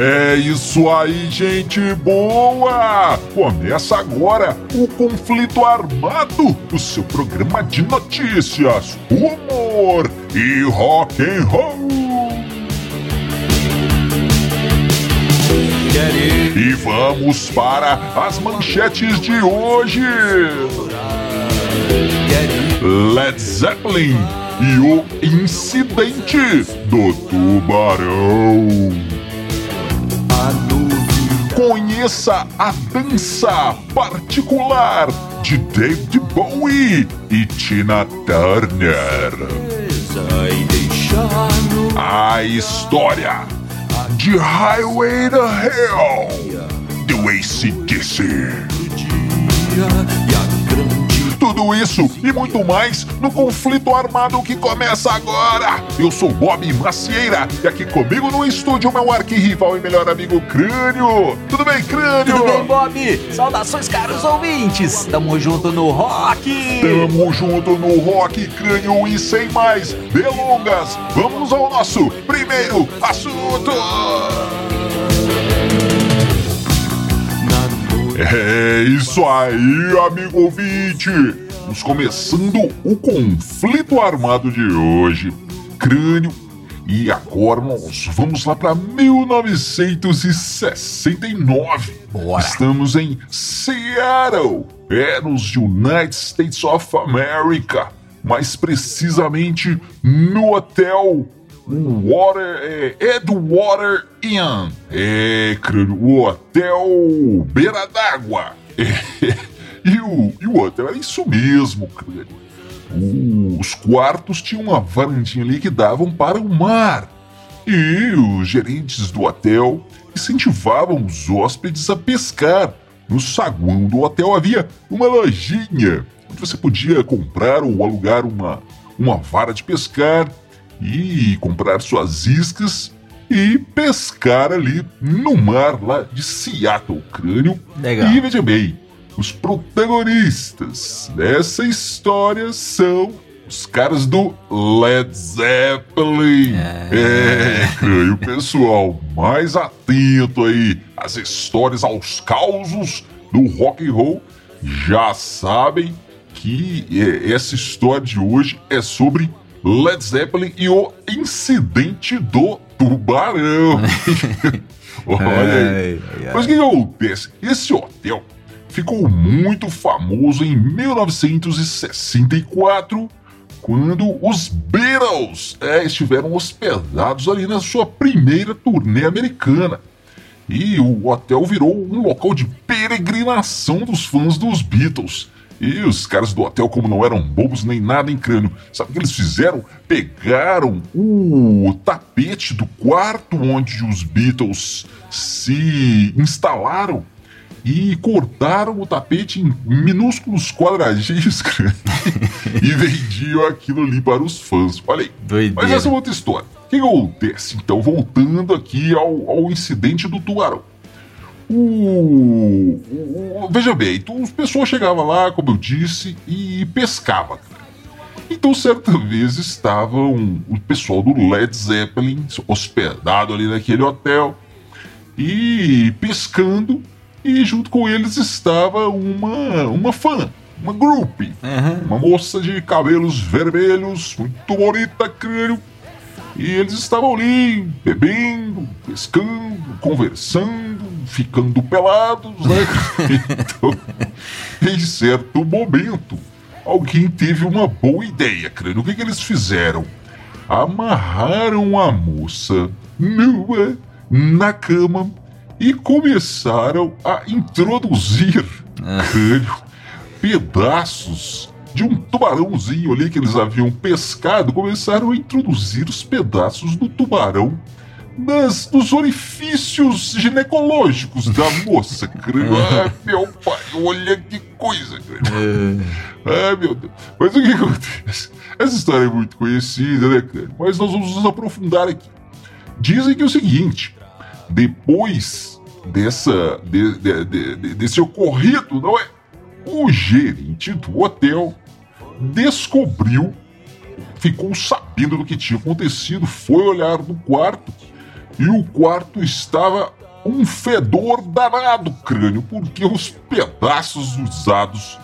É isso aí, gente boa! Começa agora o Conflito Armado, o seu programa de notícias, humor e rock and roll. E vamos para as manchetes de hoje. Led Zeppelin e o incidente do tubarão. Conheça a dança particular de David Bowie e Tina Turner. A história de Highway to Hell do AC/DC. Tudo isso e muito mais no Conflito Armado que começa agora. Eu sou Bob Macieira e aqui comigo no estúdio meu arquirrival e melhor amigo Crânio. Tudo bem, Crânio? Tudo bem, Bob? Saudações, caros ouvintes. Tamo junto no rock. Tamo junto no rock, Crânio, e sem mais delongas, vamos ao nosso primeiro assunto. É isso aí, amigo ouvinte! Estamos começando o Conflito Armado de hoje. Crânio, e agora nós vamos lá para 1969. Bora! Estamos em Seattle, nos United States of America, mais precisamente no hotel Edgewater Inn. Crânio, o hotel beira d'água. E o hotel era isso mesmo, Crânio. Os quartos tinham uma varandinha ali que davam para o mar. E os gerentes do hotel incentivavam os hóspedes a pescar. No saguão do hotel havia uma lojinha onde você podia comprar ou alugar uma vara de pescar e comprar suas iscas e pescar ali no mar lá de Seattle, Crânio. Legal. E veja bem, os protagonistas dessa história são os caras do Led Zeppelin. Crânio, o pessoal mais atento aí às histórias, aos causos do rock and roll, já sabem que essa história de hoje é sobre Led Zeppelin e o incidente do tubarão. Olha aí. Mas o que acontece? Esse hotel ficou muito famoso em 1964, quando os Beatles estiveram hospedados ali na sua primeira turnê americana. E o hotel virou um local de peregrinação dos fãs dos Beatles. E os caras do hotel, como não eram bobos nem nada em Crânio, sabe o que eles fizeram? Pegaram o tapete do quarto onde os Beatles se instalaram e cortaram o tapete em minúsculos quadradinhos, Crânio, e vendiam aquilo ali para os fãs. Olha aí. Doideira. Mas essa é outra história. O que acontece? Então, voltando aqui ao incidente do tubarão. Veja bem, então, as pessoas chegavam lá, como eu disse, e pescavam. Então, certa vez, estavam o pessoal do Led Zeppelin hospedado ali naquele hotel e pescando, e junto com eles estava uma fã, uma groupie, uma moça de cabelos vermelhos, muito bonita, Crânio. E eles estavam ali, bebendo, pescando, conversando, ficando pelados, né? Então, em certo momento, alguém teve uma boa ideia, Crânio. O que eles fizeram? Amarraram a moça nua na cama e começaram a introduzir, Crânio, pedaços de um tubarãozinho ali que eles haviam pescado. Começaram a introduzir os pedaços do tubarão nos orifícios ginecológicos da moça, Crânio. Meu pai, olha que coisa, Crânio. Meu Deus. Mas o que acontece? Essa história é muito conhecida, né, Crânio? Mas nós vamos nos aprofundar aqui. Dizem que é o seguinte: depois desse ocorrido, não é? O gerente do hotel ficou sabendo do que tinha acontecido, foi olhar no quarto E o quarto estava um fedor danado, crânio, porque os pedaços usados,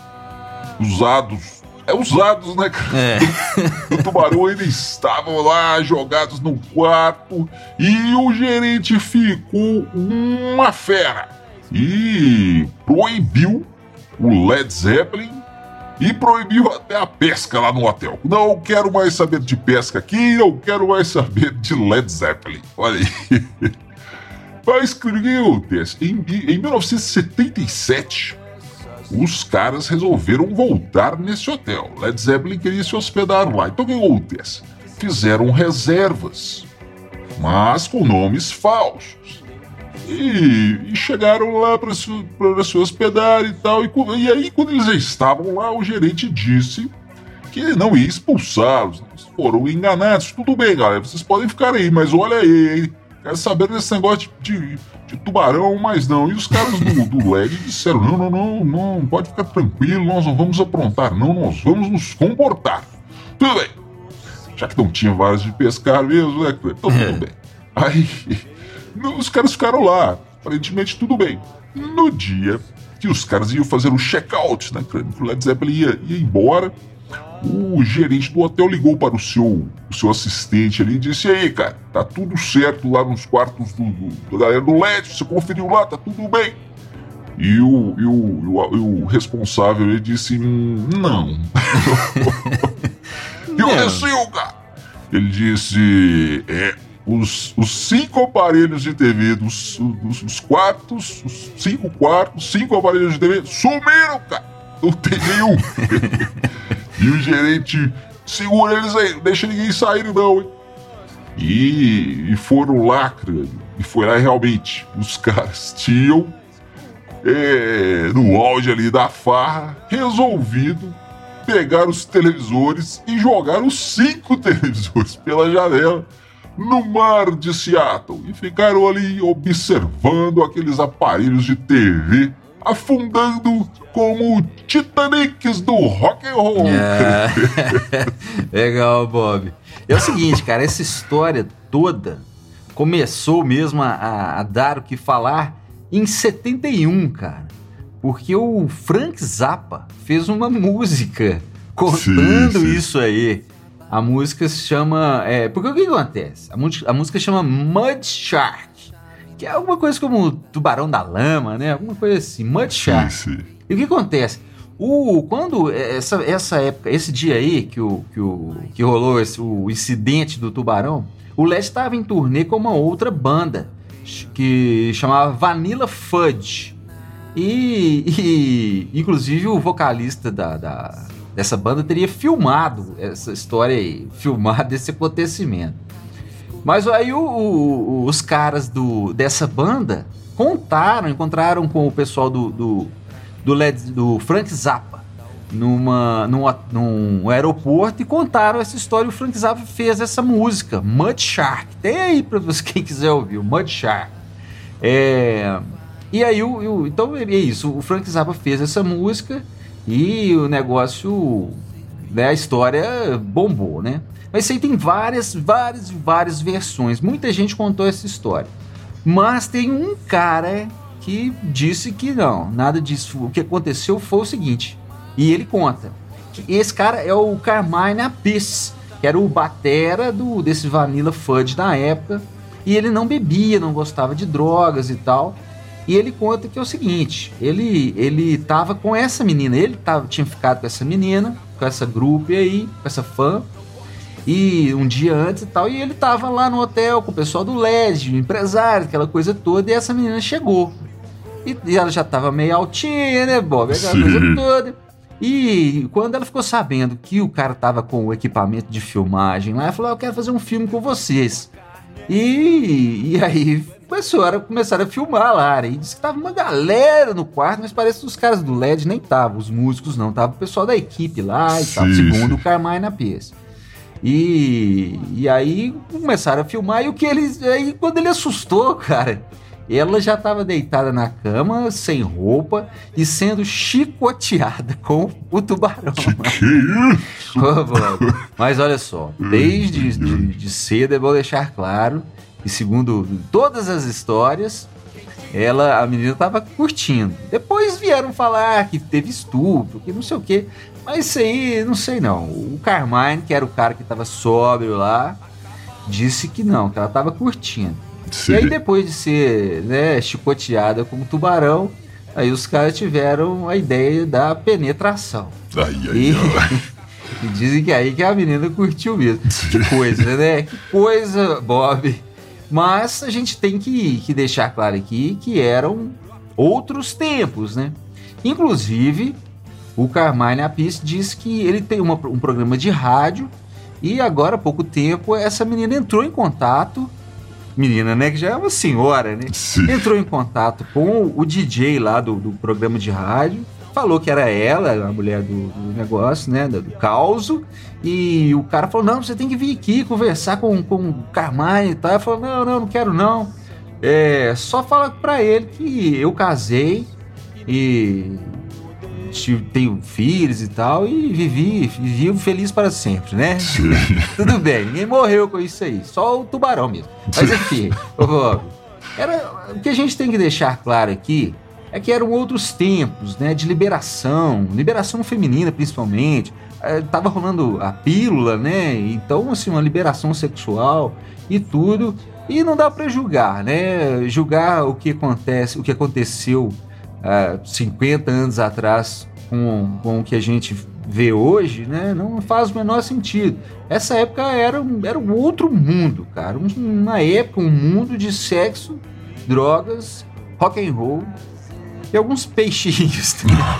né, o tubarão ainda estavam lá jogados no quarto e o gerente ficou uma fera e proibiu o Led Zeppelin e proibiu até a pesca lá no hotel. Não quero mais saber de pesca aqui, não quero mais saber de Led Zeppelin. Olha aí. Mas o que acontece? Em 1977, os caras resolveram voltar nesse hotel. Led Zeppelin queria se hospedar lá. Então o que acontece? Fizeram reservas, mas com nomes falsos. E chegaram lá para se hospedar e tal. E aí, quando eles já estavam lá, o gerente disse que não ia expulsá-los. Eles foram enganados. Tudo bem, galera, vocês podem ficar aí, mas olha aí, hein? Quero saber desse negócio de tubarão, mas não. E os caras do LED disseram: não, pode ficar tranquilo, nós não vamos aprontar, não, nós vamos nos comportar. Tudo bem. Já que não tinha varas de pescar mesmo, né? Então tudo bem. Aí, os caras ficaram lá, aparentemente tudo bem. No dia que os caras iam fazer o check-out, né? Que o Led Zeppelin ia embora, o gerente do hotel ligou para o seu assistente ali e disse: e aí, cara, tá tudo certo lá nos quartos da galera do LED, você conferiu lá, tá tudo bem. E o responsável ele disse: não. O que aconteceu, cara? Ele disse: os 5 aparelhos de TV dos quartos, os 5 quartos, 5 aparelhos de TV sumiram, cara. Não tem nenhum. E o gerente: segura eles aí, não deixa ninguém sair não, hein? E foram lá, crânio. E foi lá realmente. Os caras tinham, no auge ali da farra, resolvido pegar os televisores e jogar os 5 televisores pela janela no mar de Seattle. E ficaram ali observando aqueles aparelhos de TV afundando como Titanics do rock and roll. Legal, Bob. É o seguinte, cara, essa história toda começou mesmo a dar o que falar em 71, cara. Porque o Frank Zappa fez uma música contando isso aí. A música se chama... porque o que acontece? A música chama Mud Shark, que é alguma coisa como Tubarão da Lama, né? Alguma coisa assim, Mud Shark. Sim. E o que acontece? Quando essa época, esse dia aí que rolou o incidente do tubarão, o LED estava em turnê com uma outra banda que chamava Vanilla Fudge. E inclusive o vocalista dessa banda teria filmado essa história aí, filmado esse acontecimento. Mas aí os caras dessa banda encontraram com o pessoal do Frank Zappa num aeroporto e contaram essa história. O Frank Zappa fez essa música, Mud Shark. Tem aí pra você, quem quiser ouvir, o Mud Shark. E aí, então é isso, o Frank Zappa fez essa música e o negócio, né, a história bombou, né? Mas isso aí tem várias versões, muita gente contou essa história. Mas tem um cara que disse que não, nada disso. O que aconteceu foi o seguinte, e ele conta, que esse cara é o Carmine Appice, que era o batera desse Vanilla Fudge na época, e ele não bebia, não gostava de drogas e tal. E ele conta que é o seguinte, ele tava com essa menina, tinha ficado com essa menina, com essa grupo aí, com essa fã, e um dia antes e tal, e ele tava lá no hotel com o pessoal do LED, o empresário, aquela coisa toda, e essa menina chegou. E ela já tava meio altinha, né, Bob? Aquela coisa toda. E quando ela ficou sabendo que o cara tava com o equipamento de filmagem lá, ela falou: eu quero fazer um filme com vocês. E aí começaram a filmar lá, e disse que tava uma galera no quarto, mas parece que os caras do LED nem estavam, os músicos não, tava o pessoal da equipe lá e tal, segundo o Carmine Appice. E aí começaram a filmar, aí quando ele assustou, cara, ela já estava deitada na cama, sem roupa e sendo chicoteada com o tubarão. Que é isso? Mas olha só, desde cedo é bom deixar claro E segundo todas as histórias, a menina tava curtindo. Depois vieram falar que teve estupro, que não sei o quê. Mas isso aí, não sei não. O Carmine, que era o cara que tava sóbrio lá, disse que não, que ela tava curtindo. Sim. E aí depois de ser, né, chicoteada como tubarão, aí os caras tiveram a ideia da penetração. E dizem que aí que a menina curtiu mesmo. Que coisa, né? Que coisa, Bob. Mas a gente tem que deixar claro aqui que eram outros tempos, né? Inclusive, o Carmine Appice disse que ele tem um programa de rádio e agora, há pouco tempo, essa menina entrou em contato, menina, né, que já é uma senhora, né? Sim. Entrou em contato com o DJ lá do programa de rádio, falou que era ela, a mulher do negócio, né, do causo, e o cara falou, não, você tem que vir aqui conversar com o Carmine e tal. Ela falou, não quero não, só fala pra ele que eu casei e tenho filhos e tal, e vivo feliz para sempre, né? Tudo bem, ninguém morreu com isso aí, só o tubarão mesmo. Mas enfim, o que a gente tem que deixar claro aqui é que eram outros tempos, né, de liberação feminina principalmente. Tava rolando a pílula, né? Então, assim, uma liberação sexual e tudo. E não dá para julgar, né? Julgar o que aconteceu 50 anos atrás com o que a gente vê hoje, né? Não faz o menor sentido. Essa época era um outro mundo, cara. Uma época, um mundo de sexo, drogas, rock and roll e alguns peixinhos.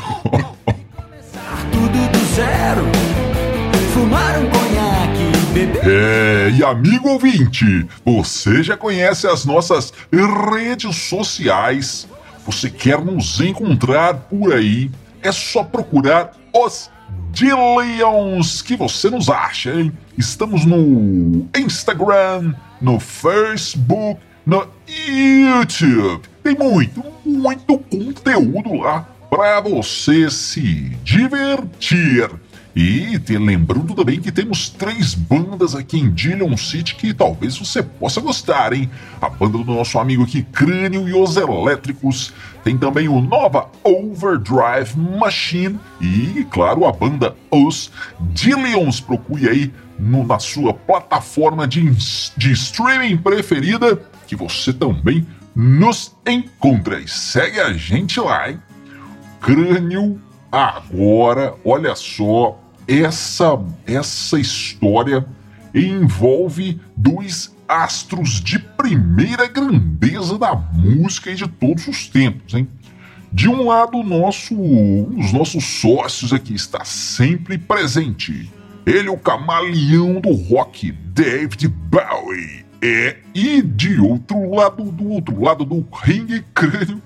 Tudo do zero, fumar um conhaque, beber. E amigo ouvinte, você já conhece as nossas redes sociais? Você quer nos encontrar por aí? É só procurar os Dillions que você nos acha, hein? Estamos no Instagram, no Facebook, no YouTube. Tem muito conteúdo lá para você se divertir. E lembrando também que temos 3 bandas aqui em Dillon City que talvez você possa gostar, hein? A banda do nosso amigo aqui, Crânio e os Elétricos. Tem também o Nova Overdrive Machine. E, claro, a banda Os Dillions. Procure aí na sua plataforma de streaming preferida que você também nos encontra. E segue a gente lá, hein? Crânio. Agora, olha só, essa história envolve 2 astros de primeira grandeza da música e de todos os tempos, hein? De um lado, os nossos sócios aqui está sempre presente. Ele é o camaleão do rock, David Bowie. E do outro lado do ringue, Crânio,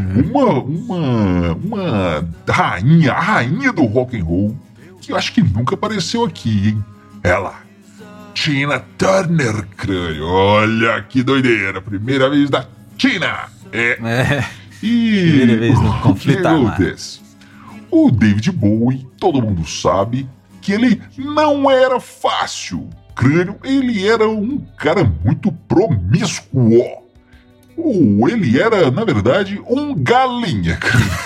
uma rainha, a rainha do rock and roll, que eu acho que nunca apareceu aqui, hein? Ela, Tina Turner, Crânio. Olha que doideira, primeira vez da Tina. E primeira vez no conflito armado. O David Bowie, todo mundo sabe que ele não era fácil. Crânio, ele era um cara muito promíscuo. Ele era, na verdade, um galinha.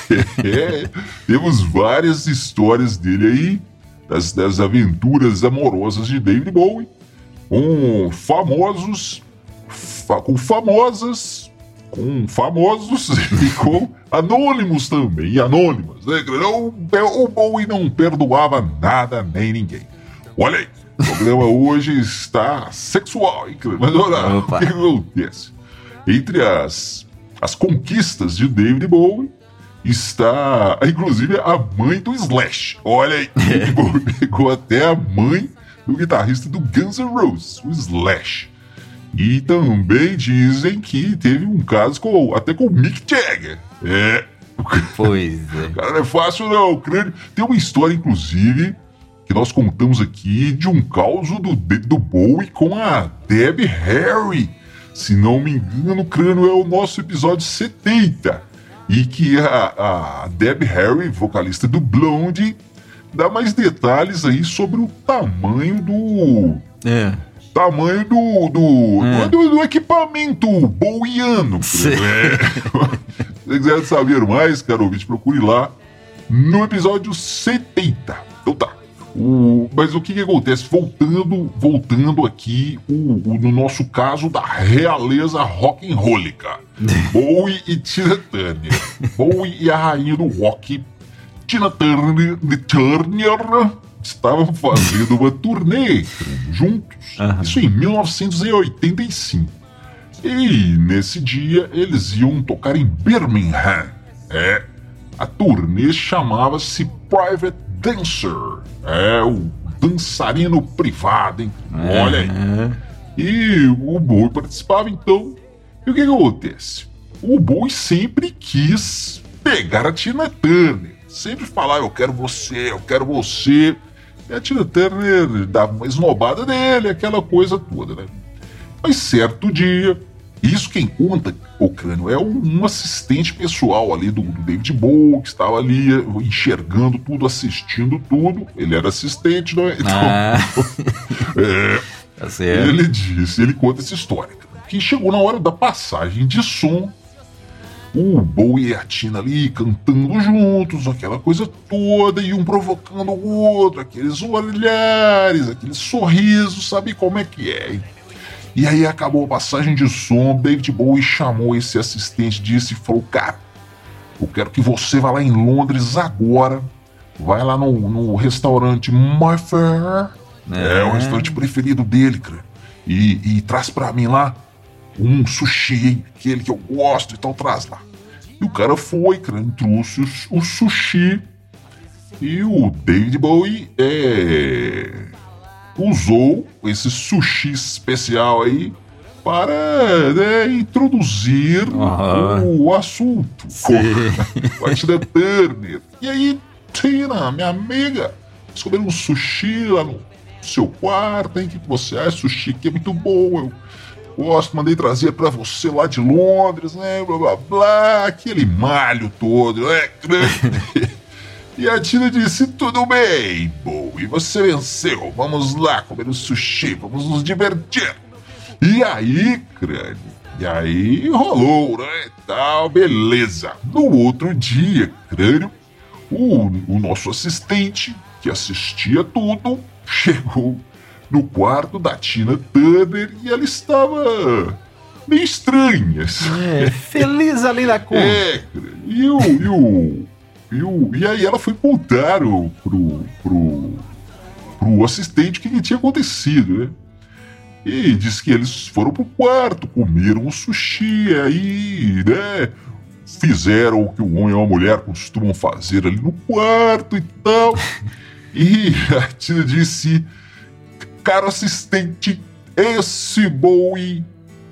Temos várias histórias dele aí, das aventuras amorosas de David Bowie, com famosos e com anônimos também, e anônimas, né? O Bowie não perdoava nada nem ninguém. Olha aí. O programa hoje está sexual, hein? Mas olha o que acontece. Entre as conquistas de David Bowie está, inclusive, a mãe do Slash. Olha aí, David Bowie pegou até a mãe do guitarrista do Guns N' Roses, o Slash. E também dizem que teve um caso até com o Mick Jagger. Pois é. Cara, não é fácil não, Crânio. Tem uma história, inclusive, que nós contamos aqui de um caos do Bowie com a Debbie Harry. Se não me engano, Crânio, é o nosso episódio 70. E que a Debbie Harry, vocalista do Blondie, dá mais detalhes aí sobre o tamanho tamanho do equipamento bowiano. Se você quiser saber mais, caro ouvinte, procure lá no episódio 70. Então tá. Mas o que acontece? Voltando aqui no nosso caso da realeza rock'n'rollica. Bowie e Tina Turner. Bowie e a rainha do rock, Tina Turner, estavam fazendo uma turnê juntos. Isso em 1985. E nesse dia eles iam tocar em Birmingham. A turnê chamava-se Private Dancer. O dançarino privado, hein? Olha aí. E o Bowie participava, então. E o que acontece? O Bowie sempre quis pegar a Tina Turner. Sempre falava, eu quero você. E a Tina Turner dava uma esnobada dele, aquela coisa toda, né? Mas certo dia, isso quem conta, o Crânio, é um assistente pessoal ali do David Bowie, que estava ali enxergando tudo, assistindo tudo. Ele era assistente, né? Então, tá certo. Ele conta essa história. Que chegou na hora da passagem de som, o Bowie e a Tina ali cantando juntos, aquela coisa toda, e um provocando o outro, aqueles olhares, aqueles sorrisos, sabe como é que é, hein? E aí acabou a passagem de som, David Bowie chamou esse assistente, disse e falou, cara, eu quero que você vá lá em Londres agora, vai lá no restaurante My Fair, o restaurante preferido dele, cara, e traz pra mim lá um sushi, aquele que eu gosto e tal, traz lá. E o cara foi, cara, trouxe o sushi, e o David Bowie usou esse sushi especial aí para introduzir o assunto com a Tina Turner. E aí, Tina, minha amiga, nós comemos um sushi lá no seu quarto, hein? O que você acha? Sushi aqui é muito bom, eu gosto, mandei trazer pra você lá de Londres, né? Blá blá blá, aquele malho todo, né? E a Tina disse, tudo bem, Bowie, você venceu, vamos lá comer um sushi, vamos nos divertir. E aí, crânio, rolou, né, tal, beleza. No outro dia, crânio, o nosso assistente, que assistia tudo, chegou no quarto da Tina Turner e ela estava meio estranha. Feliz ali na conta. E aí ela foi contar pro assistente o que tinha acontecido, né? E disse que eles foram pro quarto, comeram o sushi, aí, né? Fizeram o que o homem e a mulher costumam fazer ali no quarto e tal. E a Tina disse, caro assistente, esse Bowie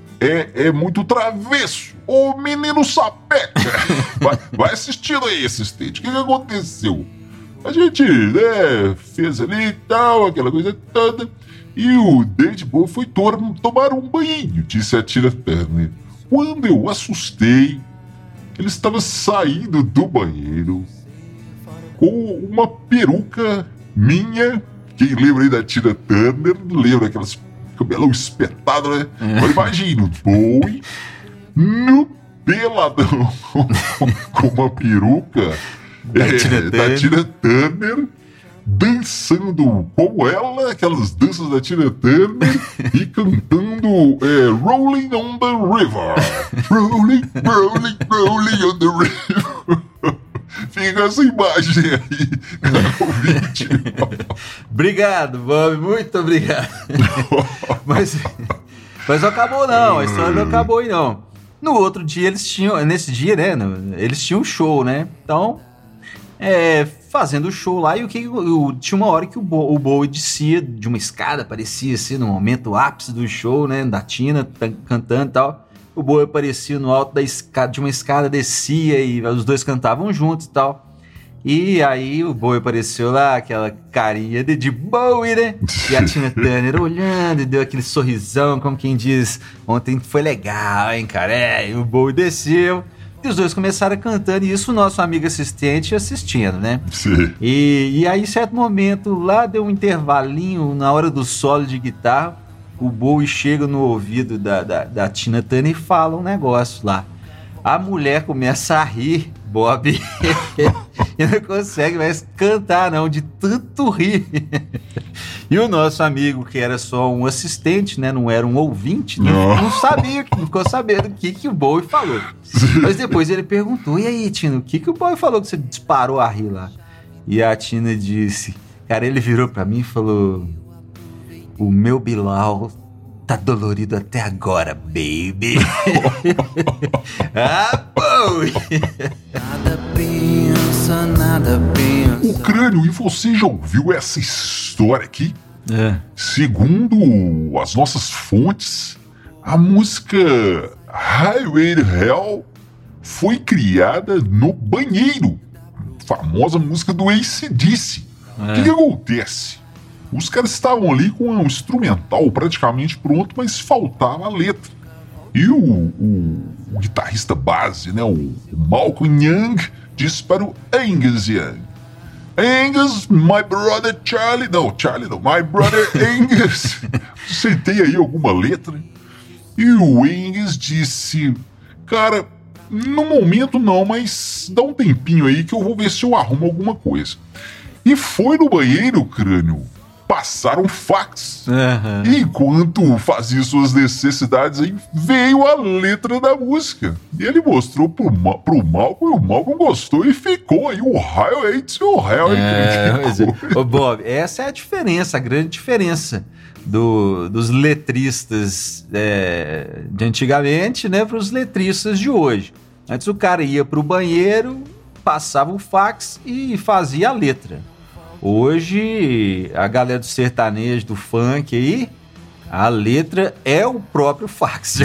é muito travesso. Ô menino sapeca. Vai assistindo aí, assistente. O que aconteceu? A gente, né, fez ali e tal, aquela coisa toda. E o David Bowie foi tomar um banho, disse a Tina Turner. Quando eu assustei, ele estava saindo do banheiro com uma peruca minha. Quem lembra aí da Tina Turner, lembra aquelas cabelão espetado, né? Eu imagino o Bowie no peladão com uma peruca da Tina Turner, dançando como ela, aquelas danças da Tina Turner, e cantando Rolling on the River. Rolling, rolling, rolling on the river. Fica essa imagem aí, cara ouvinte. Obrigado, Bob, muito obrigado. mas não acabou não, a história não acabou aí não. No outro dia nesse dia, né, eles tinham um show, né? Então, fazendo o show lá, e tinha uma hora que o Bowie descia de uma escada, parecia assim, no momento ápice do show, né, da Tina cantando e tal. O Bowie aparecia no alto de uma escada, descia e os dois cantavam juntos e tal. E aí o Bowie apareceu lá, aquela carinha de Bowie, né? E a Tina Turner olhando e deu aquele sorrisão, como quem diz, ontem foi legal, hein, cara? E o Bowie desceu e os dois começaram cantando, e isso o nosso amigo assistente assistindo, né? Sim. E aí, em certo momento, lá deu um intervalinho na hora do solo de guitarra, o Bowie chega no ouvido da Tina Turner e fala um negócio lá. A mulher começa a rir, Bob, e não consegue mais cantar, não, de tanto rir. E o nosso amigo, que era só um assistente, né, não era um ouvinte, não sabia, não ficou sabendo o que o Bowie falou. Mas depois ele perguntou, e aí, Tina, o que o Bowie falou que você disparou a rir lá? E a Tina disse, cara, ele virou pra mim e falou, o meu Bilal tá dolorido até agora, baby. Ah, Bowie. Nada pensa, nada pensa. O Crânio, e você já ouviu essa história aqui? Segundo as nossas fontes, a música Highway to Hell foi criada no banheiro. Famosa música do AC/DC. O que acontece? Os caras estavam ali com um instrumental praticamente pronto, mas faltava a letra. E o guitarrista base, né, o Malcolm Young, disse para o Angus Young: Angus, my brother Charlie... Não, Charlie não, my brother Angus. Você tem aí alguma letra? E o Angus disse: cara, no momento não, mas dá um tempinho aí que eu vou ver se eu arrumo alguma coisa. E foi no banheiro, Crânio, passar um fax. E enquanto fazia suas necessidades aí, veio a letra da música. E ele mostrou pro Malcolm, e o Malcolm gostou e ficou aí o Highway to Hell. Ô Bob, essa é a diferença, a grande diferença dos letristas de antigamente, né, para os letristas de hoje. Antes o cara ia pro banheiro, passava o fax e fazia a letra. Hoje, a galera do sertanejo, do funk aí, a letra é o próprio fax.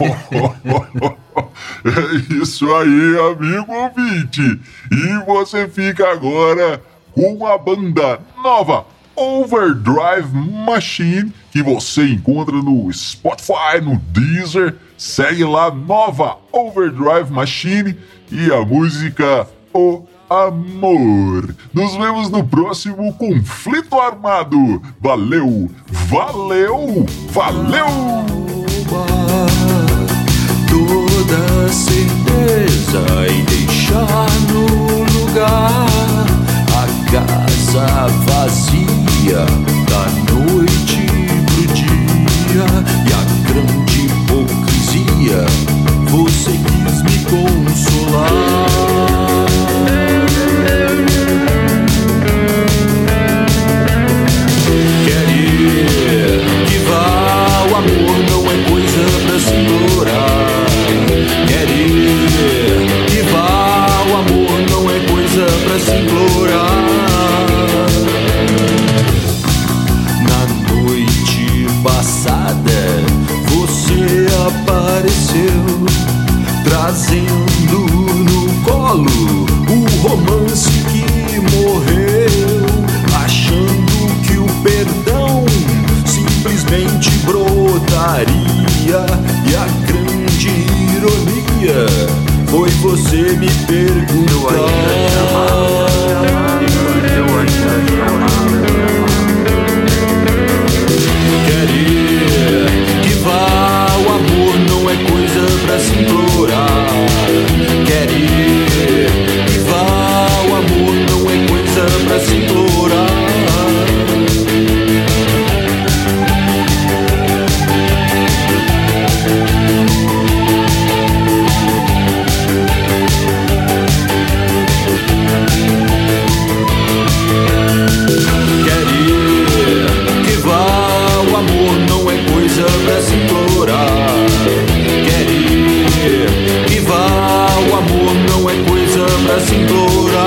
É isso aí, amigo ouvinte. E você fica agora com a banda nova Overdrive Machine, que você encontra no Spotify, no Deezer. Segue lá, nova Overdrive Machine, e a música O Amor. Nos vemos no próximo Conflito Armado. Valeu, valeu, valeu! Toda certeza e deixar no lugar a casa vazia da noite pro dia e a grande hipocrisia. Você quis me consolar. O amor não é coisa pra se implorar. Quer ir que vá, o amor não é coisa pra se implorar. Na noite passada você apareceu, trazendo no colo o romance que morreu, achando que o perdão simplesmente brotaria. E a grande ironia foi você me perguntar: quer ir que vá, o amor não é coisa pra se implorar. Quer ir que vá, o amor não é coisa pra se implorar. Pra se implorar.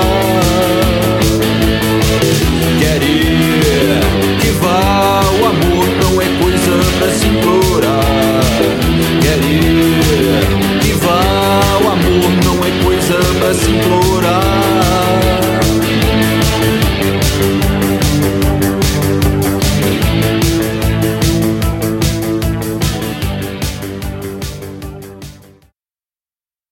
Quer ir que vá, o amor não é coisa pra se implorar. Quer ir que vá, o amor não é coisa pra se implorar.